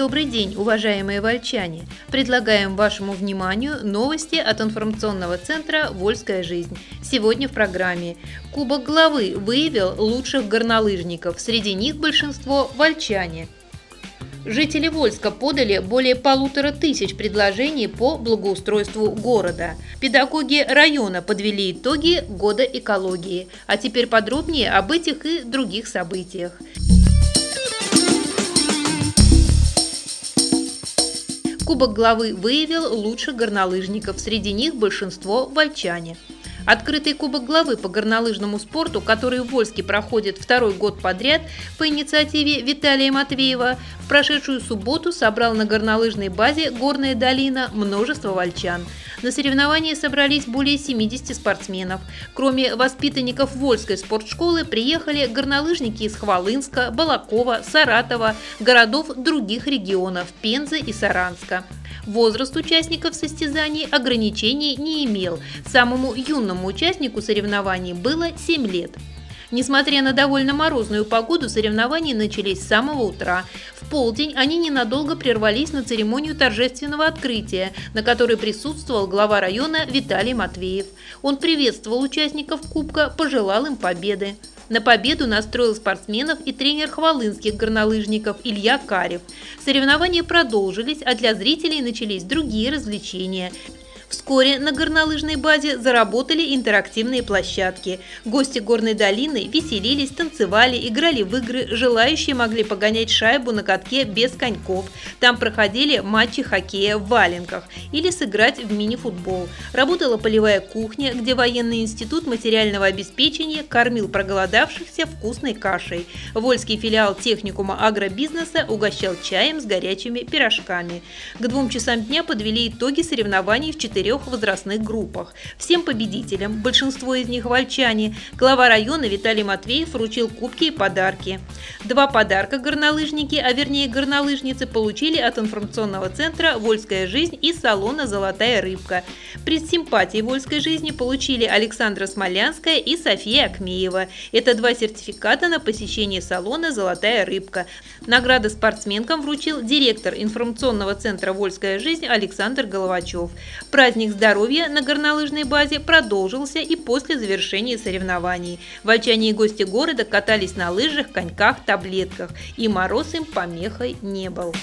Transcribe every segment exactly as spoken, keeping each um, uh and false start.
Добрый день, уважаемые вольчане! Предлагаем вашему вниманию новости от информационного центра «Вольская жизнь». Сегодня в программе. Кубок главы выявил лучших горнолыжников, среди них большинство – вольчане. Жители Вольска подали более полутора тысяч предложений по благоустройству города. Педагоги района подвели итоги года экологии. А теперь подробнее об этих и других событиях. Кубок главы выявил лучших горнолыжников, среди них большинство – вольчане. Открытый Кубок главы по горнолыжному спорту, который в Вольске проходит второй год подряд по инициативе Виталия Матвеева, в прошедшую субботу собрал на горнолыжной базе «Горная долина» множество вольчан. На соревнования собрались более семидесяти спортсменов. Кроме воспитанников Вольской спортшколы приехали горнолыжники из Хвалынска, Балакова, Саратова, городов других регионов – Пензы и Саранска. Возраст участников состязаний ограничений не имел. Самому юному участнику соревнований было семь лет. Несмотря на довольно морозную погоду, соревнования начались с самого утра. В полдень они ненадолго прервались на церемонию торжественного открытия, на которой присутствовал глава района Виталий Матвеев. Он приветствовал участников Кубка, пожелал им победы. На победу настроил спортсменов и тренер хвалынских горнолыжников Илья Карев. Соревнования продолжились, а для зрителей начались другие развлечения. Вскоре на горнолыжной базе заработали интерактивные площадки. Гости Горной долины веселились, танцевали, играли в игры, желающие могли погонять шайбу на катке без коньков. Там проходили матчи хоккея в валенках или сыграть в мини-футбол. Работала полевая кухня, где военный институт материального обеспечения кормил проголодавшихся вкусной кашей. Вольский филиал техникума агробизнеса угощал чаем с горячими пирожками. К двум часам дня подвели итоги соревнований в четырех возрастных группах. Всем победителям, большинство из них вольчане, глава района Виталий Матвеев вручил кубки и подарки. Два подарка горнолыжники, а вернее горнолыжницы, получили от информационного центра «Вольская жизнь» и салона «Золотая рыбка». Приз симпатии Вольской жизни получили Александра Смолянская и София Акмеева. Это два сертификата на посещение салона «Золотая рыбка». Награды спортсменкам вручил директор информационного центра «Вольская жизнь» Александр Головачев. Праздник здоровья на горнолыжной базе продолжился и после завершения соревнований. Вольчане и гости города катались на лыжах, коньках, таблетках, и мороз им помехой не был.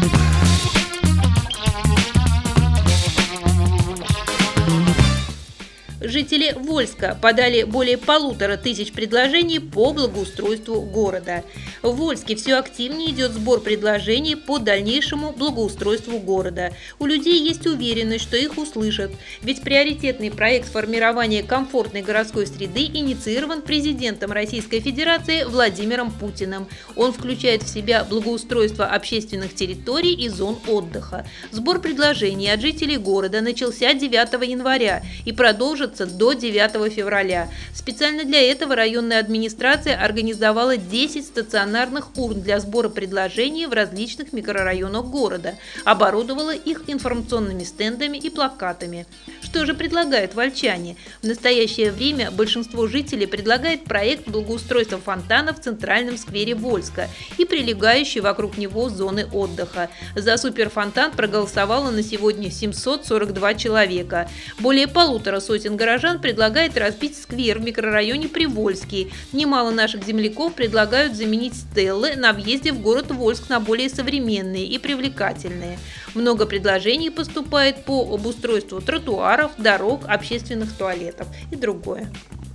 Жители Вольска подали более полутора тысяч предложений по благоустройству города. В Вольске все активнее идет сбор предложений по дальнейшему благоустройству города. У людей есть уверенность, что их услышат, ведь приоритетный проект формирования комфортной городской среды инициирован президентом Российской Федерации Владимиром Путиным. Он включает в себя благоустройство общественных территорий и зон отдыха. Сбор предложений от жителей города начался девятого января и продолжится до девятого февраля. Специально для этого районная администрация организовала десять стационарных урн для сбора предложений в различных микрорайонах города, оборудовала их информационными стендами и плакатами. Что же предлагают вольчане? В настоящее время большинство жителей предлагает проект благоустройства фонтана в центральном сквере Вольска и прилегающие вокруг него зоны отдыха. За суперфонтан проголосовало на сегодня семьсот сорок два человека. Более полутора сотен горожан предлагает разбить сквер в микрорайоне Привольский. Немало наших земляков предлагают заменить стеллы на въезде в город Вольск на более современные и привлекательные. Много предложений поступает по обустройству тротуаров, дорог, общественных туалетов и другое.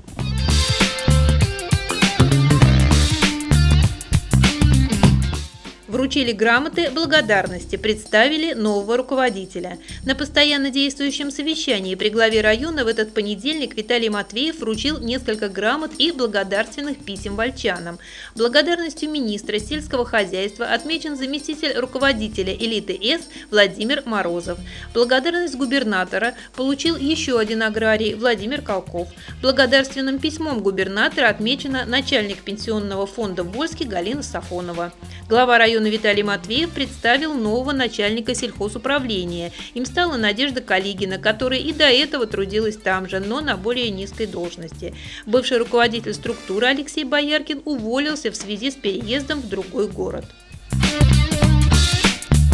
Вручили грамоты благодарности, представили нового руководителя. На постоянно действующем совещании при главе района в этот понедельник Виталий Матвеев вручил несколько грамот и благодарственных писем вольчанам. Благодарностью министра сельского хозяйства отмечен заместитель руководителя «Элиты С» Владимир Морозов. Благодарность губернатора получил еще один аграрий Владимир Колков. Благодарственным письмом губернатора отмечена начальник пенсионного фонда в Вольске Галина Сафонова. Глава района Виталий Матвеев представил нового начальника сельхозуправления. Им стала Надежда Калигина, которая и до этого трудилась там же, но на более низкой должности. Бывший руководитель структуры Алексей Бояркин уволился в связи с переездом в другой город.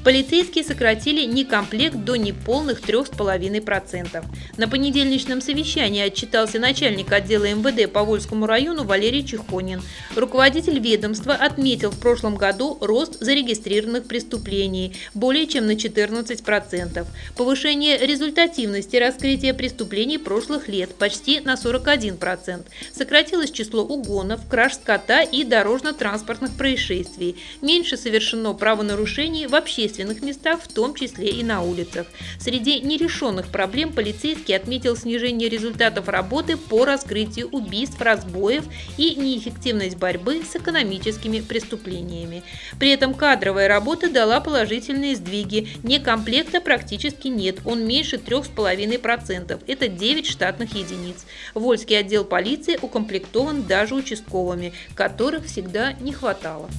Полицейские сократили некомплект до неполных трёх с половиной процентов. На понедельничном совещании отчитался начальник отдела эм вэ дэ по Вольскому району Валерий Чехонин. Руководитель ведомства отметил в прошлом году рост зарегистрированных преступлений более чем на четырнадцать процентов, повышение результативности раскрытия преступлений прошлых лет почти на сорок один процент, сократилось число угонов, краж скота и дорожно-транспортных происшествий, меньше совершено правонарушений в общественных местах, в том числе и на улицах. Среди нерешенных проблем полицейский отметил снижение результатов работы по раскрытию убийств, разбоев и неэффективность борьбы с экономическими преступлениями. При этом кадровая работа дала положительные сдвиги. Некомплекта практически нет, он меньше трёх с половиной процентов. Это девять штатных единиц. Вольский отдел полиции укомплектован даже участковыми, которых всегда не хватало.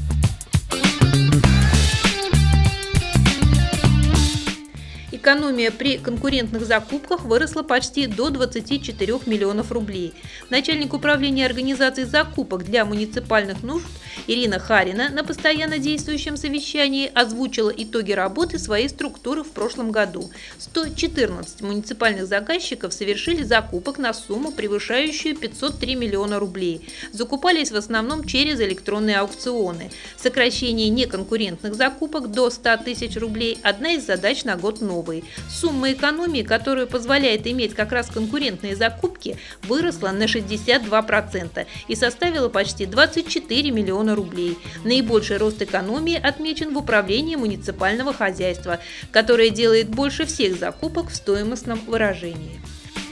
Экономия при конкурентных закупках выросла почти до двадцати четырёх миллионов рублей. Начальник управления организации закупок для муниципальных нужд Ирина Харина на постоянно действующем совещании озвучила итоги работы своей структуры в прошлом году. сто четырнадцать муниципальных заказчиков совершили закупок на сумму, превышающую пятьсот три миллиона рублей. Закупались в основном через электронные аукционы. Сокращение неконкурентных закупок до ста тысяч рублей – одна из задач на год новый. Сумма экономии, которую позволяет иметь как раз конкурентные закупки, выросла на шестьдесят два процента и составила почти двадцать четыре миллиона рублей. Наибольший рост экономии отмечен в управлении муниципального хозяйства, которое делает больше всех закупок в стоимостном выражении.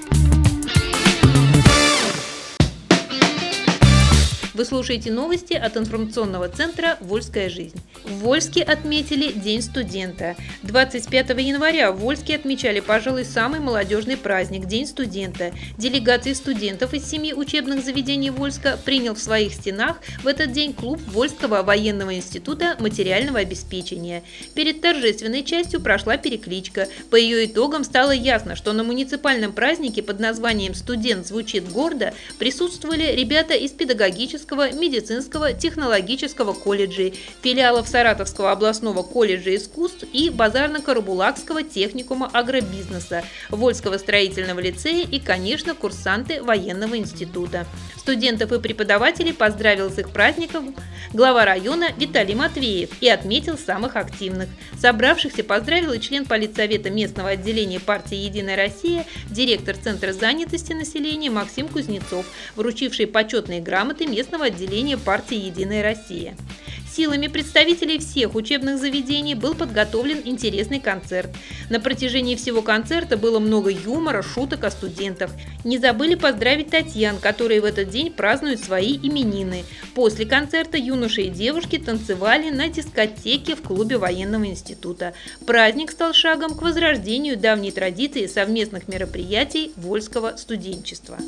Вы слушаете новости от информационного центра «Вольская жизнь». В Вольске отметили День студента. двадцать пятого января в Вольске отмечали, пожалуй, самый молодежный праздник – День студента. Делегации студентов из семи учебных заведений Вольска принял в своих стенах в этот день клуб Вольского военного института материального обеспечения. Перед торжественной частью прошла перекличка. По ее итогам стало ясно, что на муниципальном празднике под названием «Студент звучит гордо» присутствовали ребята из педагогического, медицинского, технологического колледжей, филиалов Саратовского областного колледжа искусств и Базарно-Карабулакского техникума агробизнеса, Вольского строительного лицея и, конечно, курсанты военного института. Студентов и преподавателей поздравил с их праздником глава района Виталий Матвеев и отметил самых активных. Собравшихся поздравил и член политсовета местного отделения партии «Единая Россия», директор Центра занятости населения Максим Кузнецов, вручивший почетные грамоты местного отделения партии «Единая Россия». Силами представителей всех учебных заведений был подготовлен интересный концерт. На протяжении всего концерта было много юмора, шуток о студентах. Не забыли поздравить Татьян, которые в этот день празднуют свои именины. После концерта юноши и девушки танцевали на дискотеке в клубе военного института. Праздник стал шагом к возрождению давней традиции совместных мероприятий вольского студенчества.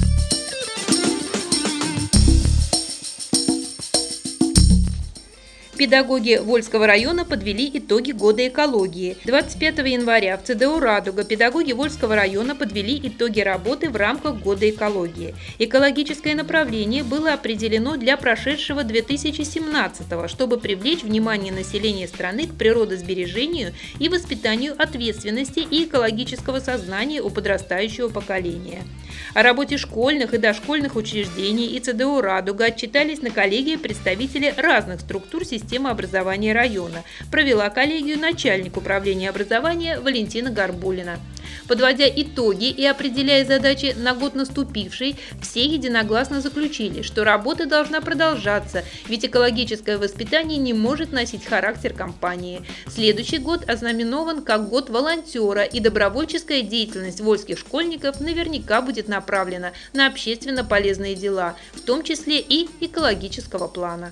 Педагоги Вольского района подвели итоги года экологии. двадцать пятого января в цэ дэ у «Радуга» педагоги Вольского района подвели итоги работы в рамках года экологии. Экологическое направление было определено для прошедшего две тысячи семнадцатого, чтобы привлечь внимание населения страны к природосбережению и воспитанию ответственности и экологического сознания у подрастающего поколения. О работе школьных и дошкольных учреждений и цэ дэ у «Радуга» отчитались на коллегии представители разных структур системы Система образования района. Провела коллегию начальник управления образования Валентина Горбулина. Подводя итоги и определяя задачи на год наступивший, все единогласно заключили, что работа должна продолжаться, ведь экологическое воспитание не может носить характер кампании. Следующий год ознаменован как год волонтера, и добровольческая деятельность вольских школьников наверняка будет направлена на общественно полезные дела, в том числе и экологического плана.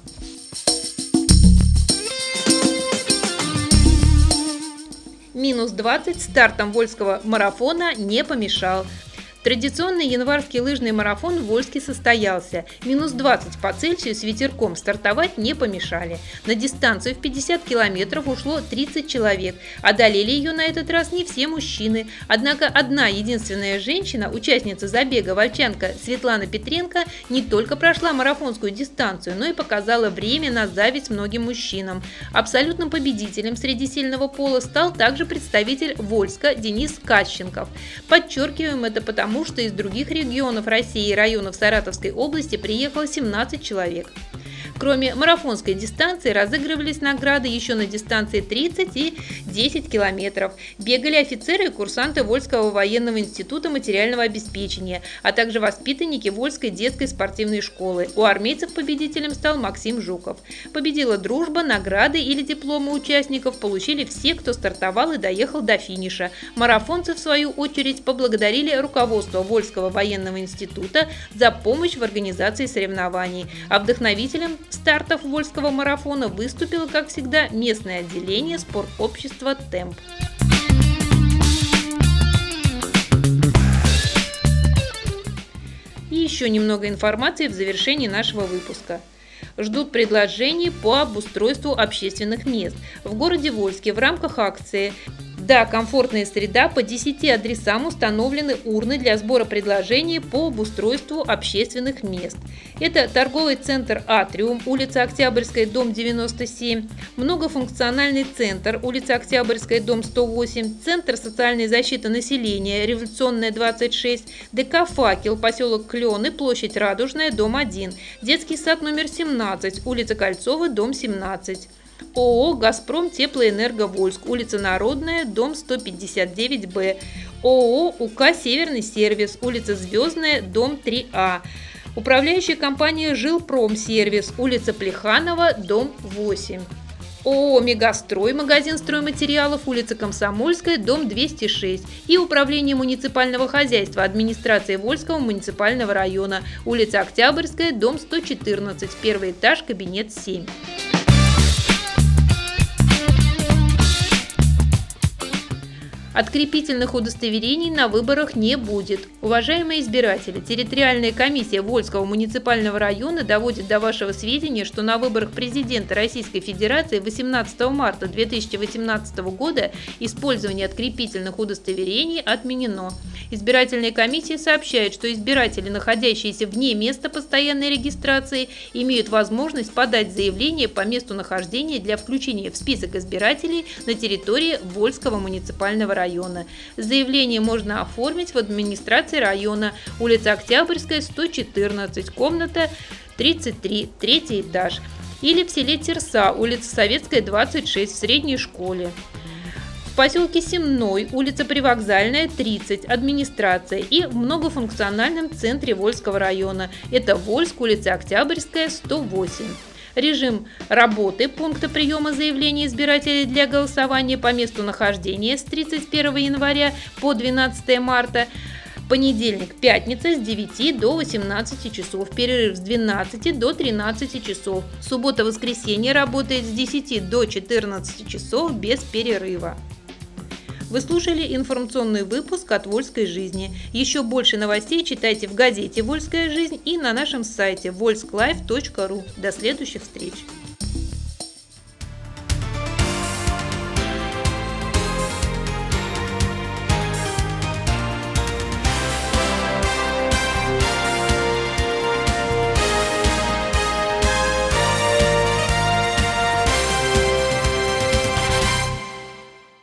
минус двадцать стартом Вольского марафона не помешал. Традиционный январский лыжный марафон в Вольске состоялся. Минус двадцать по Цельсию с ветерком стартовать не помешали. На дистанцию в пятьдесят километров ушло тридцать человек. Одолели ее на этот раз не все мужчины. Однако одна единственная женщина, участница забега, вольчанка Светлана Петренко, не только прошла марафонскую дистанцию, но и показала время на зависть многим мужчинам. Абсолютным победителем среди сильного пола стал также представитель Вольска Денис Кащенков. Подчеркиваем это потому, Потому что из других регионов России и районов Саратовской области приехало семнадцать человек. Кроме марафонской дистанции разыгрывались награды еще на дистанции тридцать и десять километров. Бегали офицеры и курсанты Вольского военного института материального обеспечения, а также воспитанники Вольской детской спортивной школы. У армейцев победителем стал Максим Жуков. Победила дружба, награды или дипломы участников получили все, кто стартовал и доехал до финиша. Марафонцы, в свою очередь, поблагодарили руководство Вольского военного института за помощь в организации соревнований. А вдохновителем стартов Вольского марафона выступило, как всегда, местное отделение спортобщества «Темп». И еще немного информации в завершении нашего выпуска. Ждут предложений по обустройству общественных мест. В городе Вольске в рамках акции «Да, комфортная среда» по десяти адресам установлены урны для сбора предложений по обустройству общественных мест. Это торговый центр «Атриум», улица Октябрьская, дом девяносто семь, многофункциональный центр, улица Октябрьская, дом сто восемь, Центр социальной защиты населения, Революционная, двадцать шесть, ДК «Факел», поселок Клены, площадь Радужная, дом один, детский сад номер семнадцать, улица Кольцова, дом семнадцать. ООО «Газпром Теплоэнерго Вольск», улица Народная, дом сто пятьдесят девять Б, ООО «УК Северный сервис», улица Звездная, дом три А, управляющая компания «Жилпромсервис», улица Плеханова, дом восемь. ООО «Мегастрой», магазин стройматериалов, улица Комсомольская, дом двести шесть и Управление муниципального хозяйства администрации Вольского муниципального района, улица Октябрьская, дом сто четырнадцать, первый этаж, кабинет семь. Открепительных удостоверений на выборах не будет. Уважаемые избиратели, территориальная комиссия Вольского муниципального района доводит до вашего сведения, что на выборах президента Российской Федерации восемнадцатого марта две тысячи восемнадцатого года использование открепительных удостоверений отменено. Избирательная комиссия сообщает, что избиратели, находящиеся вне места постоянной регистрации, имеют возможность подать заявление по месту нахождения для включения в список избирателей на территории Вольского муниципального района. района. Заявление можно оформить в администрации района, улица Октябрьская, сто четырнадцать, комната тридцать три, третий этаж, или в селе Терса, улица Советская, двадцать шесть, в средней школе. В поселке Семной, улица Привокзальная, тридцать, администрация, и в многофункциональном центре Вольского района. Это Вольск, улица Октябрьская, сто восемь. Режим работы пункта приема заявлений избирателей для голосования по месту нахождения с тридцать первого января по двенадцатое марта. Понедельник, пятница с девяти до восемнадцати часов, перерыв с двенадцати до тринадцати часов. Суббота-воскресенье работает с десяти до четырнадцати часов без перерыва. Вы слушали информационный выпуск от «Вольской жизни». Еще больше новостей читайте в газете «Вольская жизнь» и на нашем сайте вольсклайв точка ру. До следующих встреч!